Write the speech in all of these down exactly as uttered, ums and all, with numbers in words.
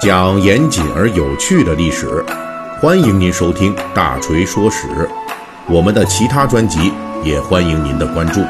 讲严谨而有趣的历史，欢迎您收听大锤说史。我们的其他专辑也欢迎您的关注。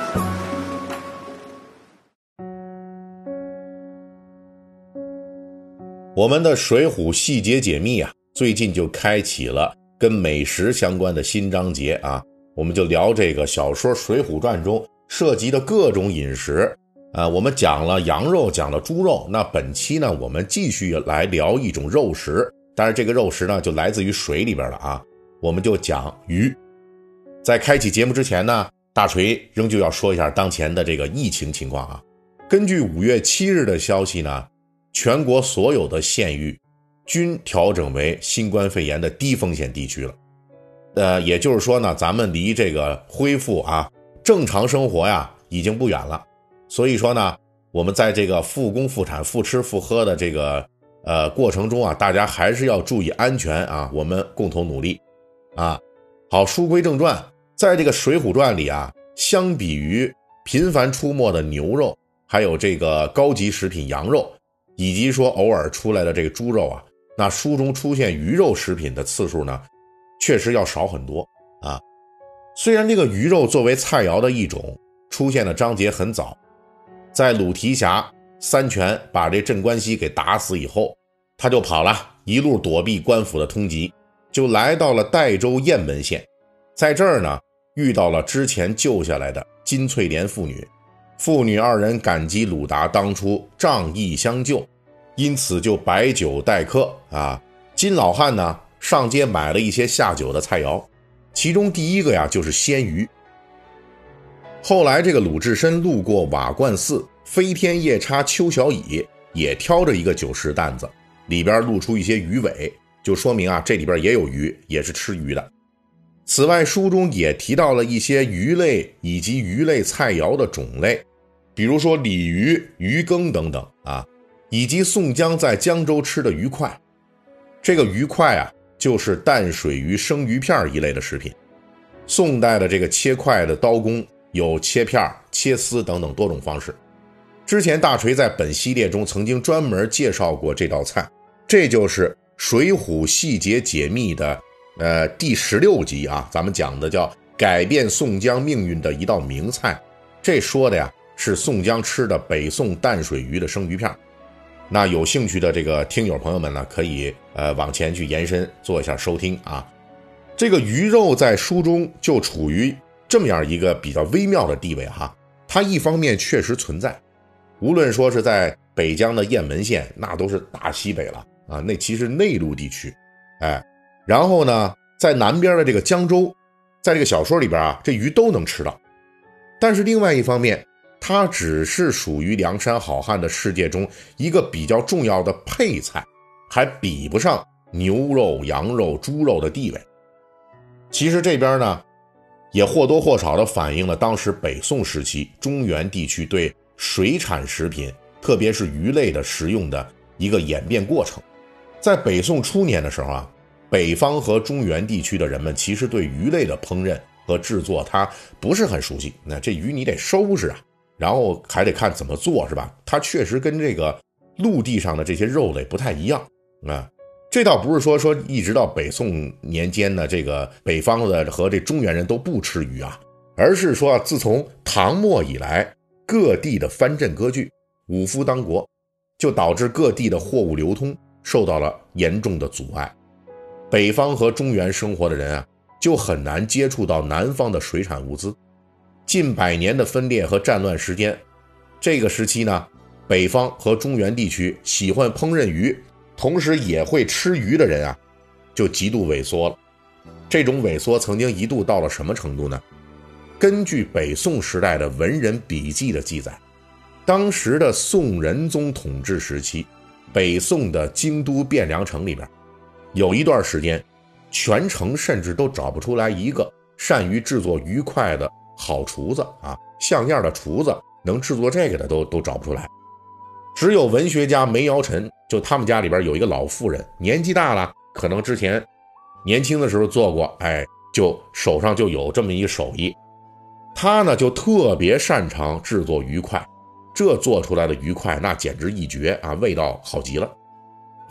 我们的水浒细节解密啊，最近就开启了跟美食相关的新章节啊，我们就聊这个小说《水浒传》中涉及的各种饮食啊。我们讲了羊肉，讲了猪肉，那本期呢，我们继续来聊一种肉食，当然这个肉食呢，就来自于水里边了啊，我们就讲鱼。在开启节目之前呢，大锤仍旧要说一下当前的这个疫情情况啊。根据五月七日的消息呢，全国所有的县域均调整为新冠肺炎的低风险地区了。呃，也就是说呢，咱们离这个恢复啊正常生活呀已经不远了。所以说呢，我们在这个复工复产、复吃复喝的这个呃过程中啊，大家还是要注意安全啊，我们共同努力啊。好，书归正传，在这个《水浒传》里啊，相比于频繁出没的牛肉，还有这个高级食品羊肉，以及说偶尔出来的这个猪肉啊，那书中出现鱼肉食品的次数呢，确实要少很多啊。虽然这个鱼肉作为菜肴的一种，出现的章节很早，在鲁提辖三拳把这镇关西给打死以后，他就跑了，一路躲避官府的通缉，就来到了代州雁门县。在这儿呢，遇到了之前救下来的金翠莲父女，父女二人感激鲁达当初仗义相救，因此就摆酒待客啊。金老汉呢上街买了一些下酒的菜肴，其中第一个呀就是鲜鱼。后来这个鲁智深路过瓦罐寺，飞天夜叉邱小乙也挑着一个酒食担子，里边露出一些鱼尾，就说明啊这里边也有鱼，也是吃鱼的。此外，书中也提到了一些鱼类以及鱼类菜肴的种类，比如说鲤鱼、鱼羹等等啊，以及宋江在江州吃的鱼块。这个鱼块啊，就是淡水鱼、生鱼片一类的食品。宋代的这个切块的刀工有切片、切丝等等多种方式。之前大锤在本系列中曾经专门介绍过这道菜，这就是水浒细节解密的呃第十六集啊，咱们讲的叫改变宋江命运的一道名菜。这说的呀是宋江吃的北宋淡水鱼的生鱼片。那有兴趣的这个听友朋友们呢，可以呃往前去延伸做一下收听啊。这个鱼肉在书中就处于这么样一个比较微妙的地位哈，它一方面确实存在，无论说是在北疆的雁门县，那都是大西北了啊，那其实内陆地区，哎，然后呢，在南边的这个江州，在这个小说里边啊，这鱼都能吃到。但是另外一方面，它只是属于梁山好汉的世界中一个比较重要的配菜，还比不上牛肉、羊肉、猪肉的地位。其实这边呢，也或多或少地反映了当时北宋时期中原地区对水产食品，特别是鱼类的食用的一个演变过程。在北宋初年的时候啊，北方和中原地区的人们其实对鱼类的烹饪和制作它不是很熟悉。那这鱼你得收拾啊，然后还得看怎么做，是吧？它确实跟这个陆地上的这些肉类不太一样啊。这倒不是说说一直到北宋年间呢，这个北方的和这中原人都不吃鱼啊，而是说自从唐末以来，各地的藩镇割据，武夫当国，就导致各地的货物流通受到了严重的阻碍。北方和中原生活的人啊，就很难接触到南方的水产物资。近百年的分裂和战乱时间，这个时期呢，北方和中原地区喜欢烹饪鱼，同时也会吃鱼的人啊，就极度萎缩了。这种萎缩曾经一度到了什么程度呢？根据北宋时代的文人笔记的记载，当时的宋仁宗统治时期，北宋的京都汴梁城里边，有一段时间，全城甚至都找不出来一个善于制作鱼块的好厨子啊，像样的厨子能制作这个的都都找不出来。只有文学家梅尧臣，就他们家里边有一个老妇人，年纪大了，可能之前年轻的时候做过，哎，就手上就有这么一手艺。他呢就特别擅长制作鱼块，这做出来的鱼块那简直一绝啊，味道好极了。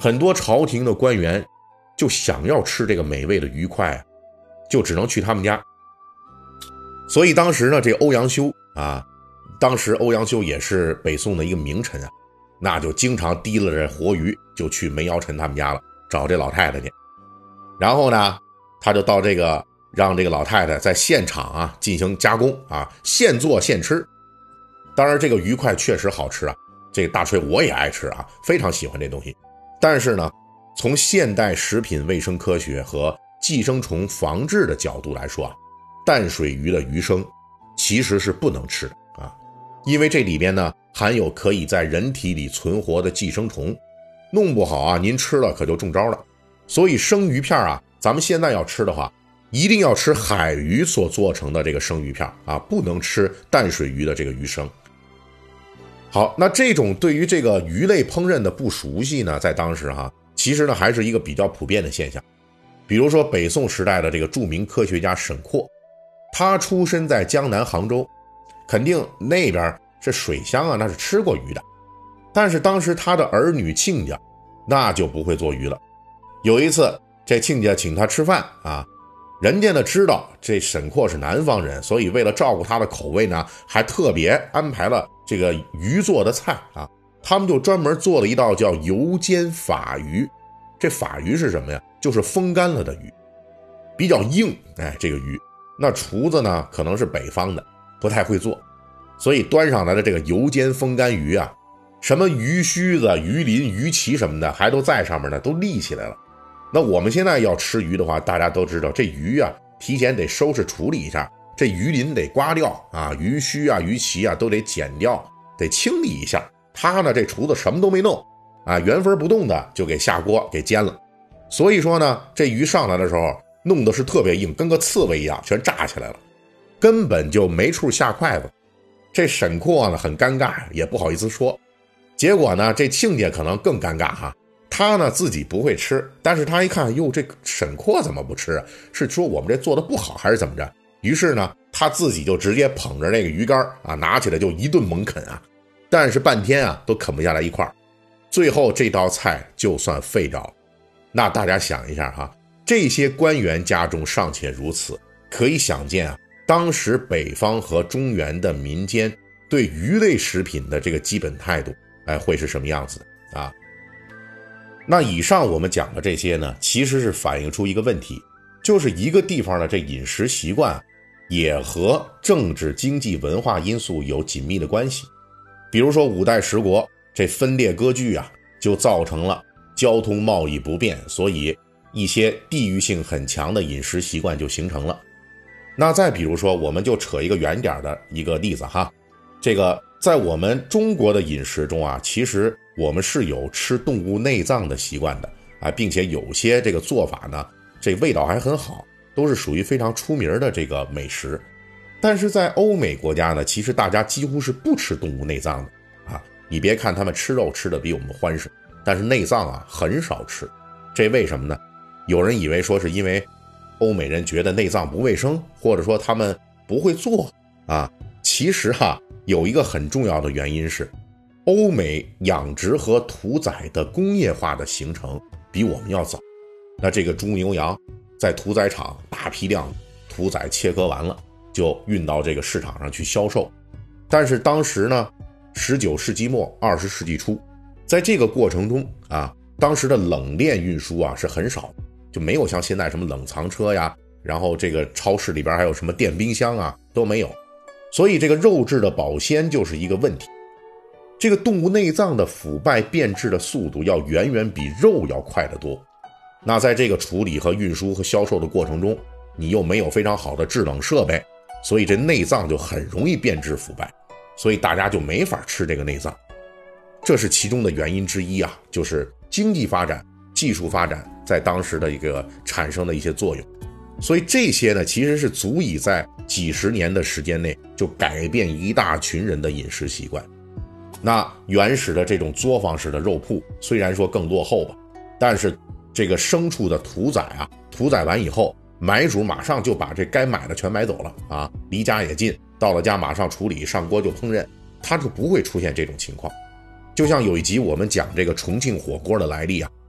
很多朝廷的官员就想要吃这个美味的鱼块，就只能去他们家。所以当时呢，这欧阳修啊，当时欧阳修也是北宋的一个名臣啊，那就经常提了这活鱼就去梅尧臣他们家了，找这老太太去。然后呢，他就到这个让这个老太太在现场啊进行加工啊，现做现吃。当然这个鱼块确实好吃啊，这个大锤我也爱吃啊，非常喜欢这东西。但是呢，从现代食品卫生科学和寄生虫防治的角度来说啊，淡水鱼的鱼生其实是不能吃的啊，因为这里边呢含有可以在人体里存活的寄生虫，弄不好啊您吃了可就中招了。所以生鱼片啊，咱们现在要吃的话，一定要吃海鱼所做成的这个生鱼片啊，不能吃淡水鱼的这个鱼生。好，那这种对于这个鱼类烹饪的不熟悉呢，在当时哈，其实呢还是一个比较普遍的现象。比如说北宋时代的这个著名科学家沈括，他出身在江南杭州，肯定那边是水乡啊，那是吃过鱼的。但是当时他的儿女亲家那就不会做鱼了。有一次这亲家请他吃饭啊，人家呢知道这沈括是南方人，所以为了照顾他的口味呢，还特别安排了这个鱼做的菜啊。他们就专门做了一道叫油煎法鱼。这法鱼是什么呀？就是风干了的鱼，比较硬。哎，这个鱼，那厨子呢可能是北方的，不太会做，所以端上来的这个油煎风干鱼啊，什么鱼须子、鱼鳞、鱼鳍什么的还都在上面呢，都立起来了。那我们现在要吃鱼的话，大家都知道这鱼啊提前得收拾处理一下，这鱼鳞得刮掉啊，鱼须啊鱼鳍啊都得剪掉，得清理一下。他呢这厨子什么都没弄啊，原封不动的就给下锅给煎了。所以说呢，这鱼上来的时候弄的是特别硬，跟个刺猬一样全炸起来了，根本就没处下筷子。这沈括呢很尴尬，也不好意思说。结果呢这亲家可能更尴尬哈，他呢自己不会吃，但是他一看，哟，这沈括怎么不吃啊？是说我们这做的不好还是怎么着？于是呢他自己就直接捧着那个鱼竿啊，拿起来就一顿猛啃啊，但是半天啊都啃不下来一块，最后这道菜就算废掉了。那大家想一下哈，这些官员家中尚且如此，可以想见啊，当时北方和中原的民间对鱼类食品的这个基本态度，哎，会是什么样子的啊？那以上我们讲的这些呢，其实是反映出一个问题，就是一个地方的这饮食习惯也和政治、经济、文化因素有紧密的关系。比如说五代十国这分裂割据啊，就造成了交通贸易不便，所以一些地域性很强的饮食习惯就形成了。那再比如说，我们就扯一个远点的一个例子哈，这个在我们中国的饮食中啊，其实我们是有吃动物内脏的习惯的啊，并且有些这个做法呢，这味道还很好，都是属于非常出名的这个美食。但是在欧美国家呢，其实大家几乎是不吃动物内脏的啊。你别看他们吃肉吃的比我们欢实，但是内脏啊很少吃。这为什么呢？有人以为说是因为欧美人觉得内脏不卫生，或者说他们不会做啊。其实哈、啊，有一个很重要的原因是，欧美养殖和屠宰的工业化的形成比我们要早。那这个猪牛羊在屠宰场大批量屠宰切割完了，就运到这个市场上去销售。但是当时呢，十九世纪末二十世纪初，在这个过程中啊，当时的冷链运输啊是很少，就没有像现在什么冷藏车呀，然后这个超市里边还有什么电冰箱啊都没有，所以这个肉质的保鲜就是一个问题。这个动物内脏的腐败变质的速度要远远比肉要快得多。那在这个处理和运输和销售的过程中，你又没有非常好的制冷设备，所以这内脏就很容易变质腐败，所以大家就没法吃这个内脏。这是其中的原因之一啊，就是经济发展、技术发展在当时的一个产生的一些作用。所以这些呢，其实是足以在几十年的时间内就改变一大群人的饮食习惯。那原始的这种作坊式的肉铺虽然说更落后吧，但是这个牲畜的屠宰啊，屠宰完以后，买主马上就把这该买的全买走了啊，离家也近，到了家马上处理，上锅就烹饪，它就不会出现这种情况。就像有一集我们讲这个重庆火锅的来历啊，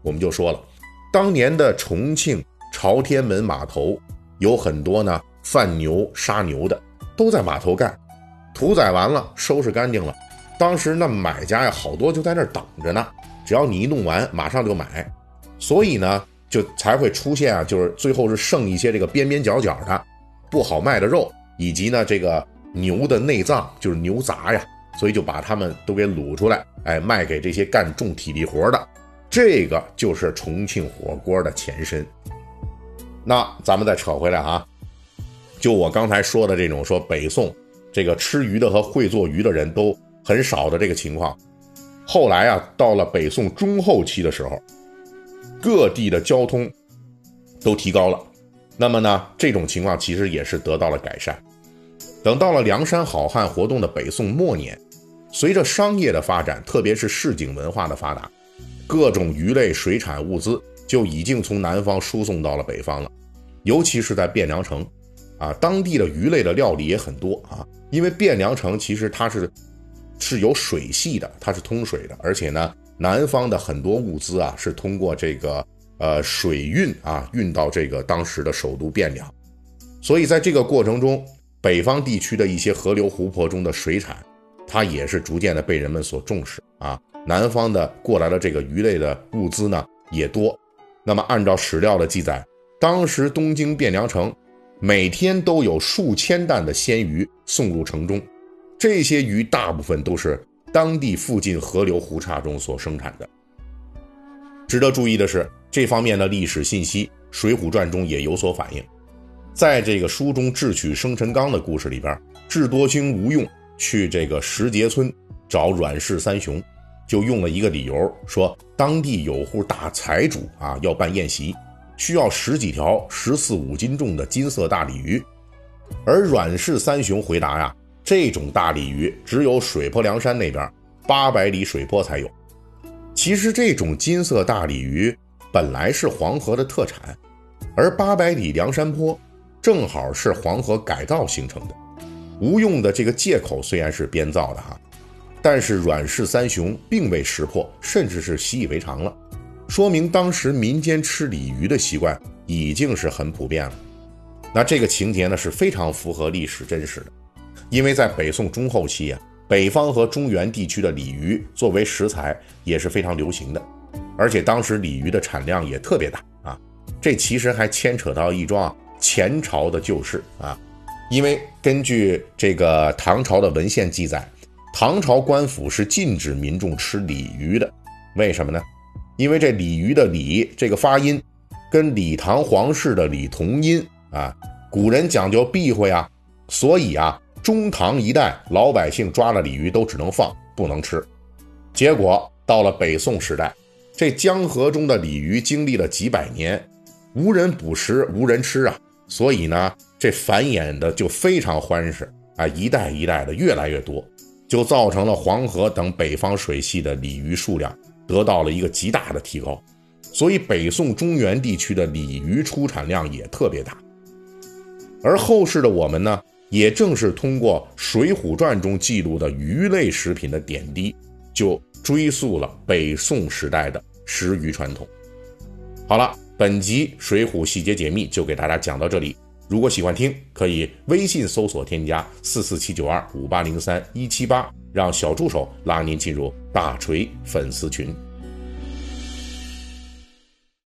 我们就说了，当年的重庆朝天门码头有很多呢贩牛杀牛的都在码头干，屠宰完了收拾干净了，当时那买家呀好多就在那儿等着呢，只要你一弄完马上就买，所以呢就才会出现啊，就是最后是剩一些这个边边角角的不好卖的肉，以及呢这个牛的内脏，就是牛杂呀，所以就把它们都给卤出来，哎，卖给这些干重体力活的。这个就是重庆火锅的前身。那咱们再扯回来啊，就我刚才说的这种说北宋这个吃鱼的和会做鱼的人都很少的这个情况，后来啊到了北宋中后期的时候，各地的交通都提高了，那么呢这种情况其实也是得到了改善。等到了梁山好汉活动的北宋末年，随着商业的发展，特别是市井文化的发达，各种鱼类水产物资就已经从南方输送到了北方了，尤其是在汴梁城啊，当地的鱼类的料理也很多啊，因为汴梁城其实它是是有水系的，它是通水的，而且呢南方的很多物资啊是通过这个呃水运啊运到这个当时的首都汴梁，所以在这个过程中，北方地区的一些河流湖泊中的水产它也是逐渐的被人们所重视啊，南方的过来的这个鱼类的物资呢也多。那么按照史料的记载，当时东京汴梁城每天都有数千担的鲜鱼送入城中，这些鱼大部分都是当地附近河流湖岔中所生产的。值得注意的是，这方面的历史信息《水浒传》中也有所反映。在这个书中智取生辰纲的故事里边，智多星吴用去这个石碣村找阮氏三雄，就用了一个理由，说当地有户大财主啊要办宴席，需要十几条十四五斤重的金色大鲤鱼。而阮氏三雄回答呀，这种大鲤鱼只有水泊梁山那边八百里水泊才有。其实这种金色大鲤鱼本来是黄河的特产，而八百里梁山泊正好是黄河改造形成的。吴用的这个借口虽然是编造的哈，但是阮氏三雄并未识破，甚至是习以为常了，说明当时民间吃鲤鱼的习惯已经是很普遍了。那这个情节呢是非常符合历史真实的，因为在北宋中后期啊，北方和中原地区的鲤鱼作为食材也是非常流行的，而且当时鲤鱼的产量也特别大啊。这其实还牵扯到一桩前朝的旧事啊，因为根据这个唐朝的文献记载，唐朝官府是禁止民众吃鲤鱼的。为什么呢？因为这鲤鱼的鲤这个发音跟李唐皇室的李同音啊，古人讲究避讳啊，所以啊中唐一代老百姓抓了鲤鱼都只能放不能吃。结果到了北宋时代，这江河中的鲤鱼经历了几百年无人捕食无人吃啊，所以呢这繁衍的就非常欢实啊，一代一代的越来越多，就造成了黄河等北方水系的鲤鱼数量得到了一个极大的提高，所以北宋中原地区的鲤鱼出产量也特别大。而后世的我们呢，也正是通过《水浒传》中记录的鱼类食品的点滴，就追溯了北宋时代的食鱼传统。好了，本集水浒细节解密就给大家讲到这里，如果喜欢听，可以微信搜索添加四四七九二五八零三一七八，让小助手拉您进入大锤粉丝群。